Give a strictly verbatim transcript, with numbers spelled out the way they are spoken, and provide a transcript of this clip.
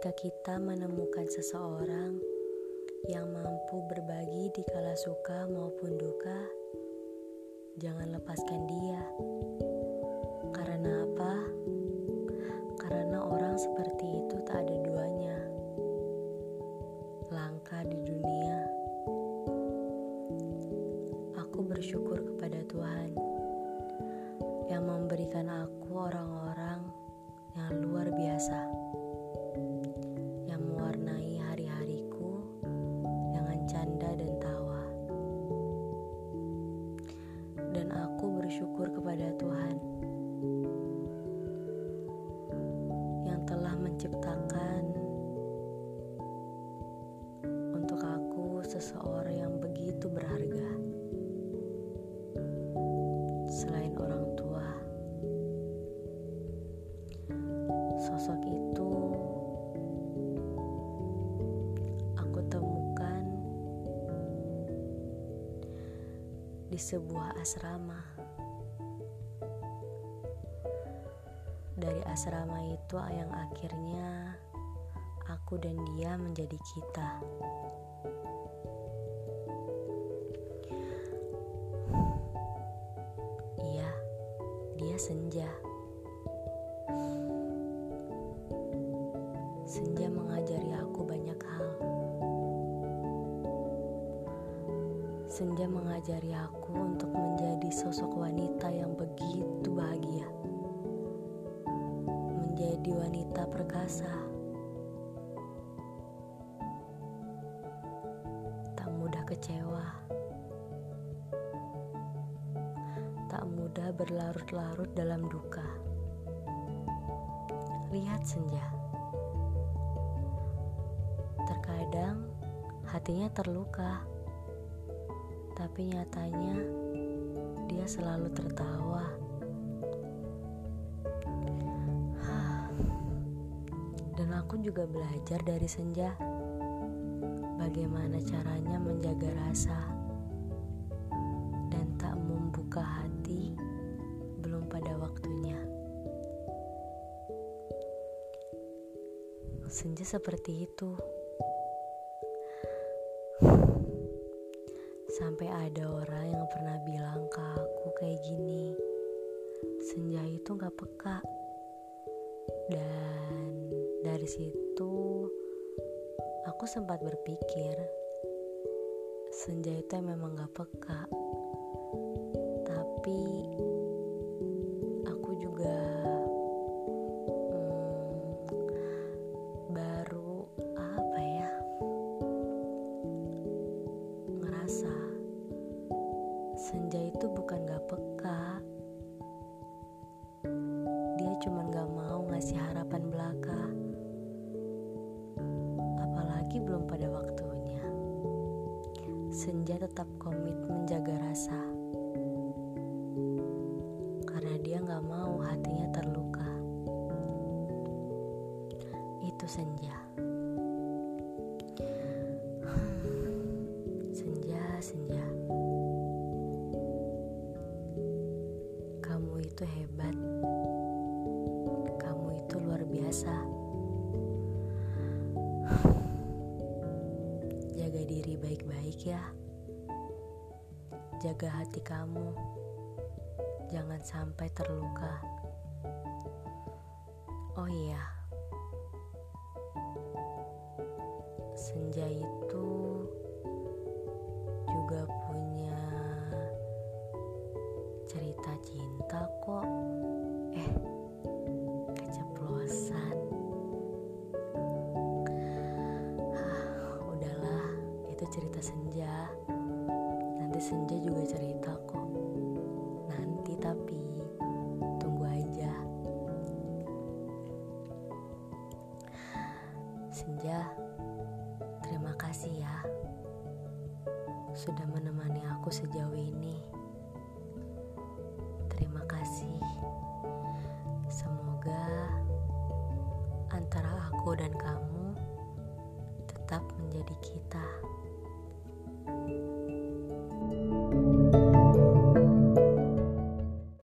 Jika kita menemukan seseorang yang mampu berbagi di kala suka maupun duka, jangan lepaskan dia. Karena apa? Karena orang seperti itu tak ada duanya. Langka di dunia. Aku bersyukur kepada Tuhan yang memberikan aku orang-orang yang luar biasa, yang mewarnai hari-hariku dengan canda dan tawa. Dan aku bersyukur kepada Tuhan yang telah menciptakan untuk aku seseorang yang begitu berharga. Selain orang tua, sosok itu aku temukan di sebuah asrama. Dari asrama itu yang akhirnya aku dan dia menjadi kita. Iya, dia Senja. Senja mengajari aku banyak hal. Senja mengajari aku untuk menjadi sosok wanita yang begitu bahagia. Menjadi wanita perkasa. Tak mudah kecewa. Tak mudah berlarut-larut dalam duka. Lihat Senja. Terkadang hatinya terluka, tapi nyatanya dia selalu tertawa. Dan aku juga belajar dari Senja bagaimana caranya menjaga rasa dan tak membuka hati belum pada waktunya. Senja seperti itu. Sampai ada orang yang pernah bilang ke aku kayak gini, Senja itu gak peka. Dan dari situ aku sempat berpikir, Senja itu memang gak peka. Tapi aku juga hmm, baru apa ya ngerasa Senja itu bukan gak peka. Dia cuman gak mau ngasih harapan belaka, apalagi belum pada waktunya. Senja tetap komit menjaga rasa, karena dia gak mau hatinya terluka. Itu Senja. Senja, Senja, kamu itu hebat. Kamu itu luar biasa. Jaga diri baik-baik ya. Jaga hati kamu. Jangan sampai terluka. Oh iya, Senja itu juga punya cerita cinta kok. Eh, keceplosan. Ah, udahlah, itu cerita Senja. Nanti Senja juga cerita kok. Nanti tapi tunggu aja. Senja, terima kasih ya sudah menemani aku sejauh ini. Terima kasih. Semoga antara aku dan kamu tetap menjadi kita.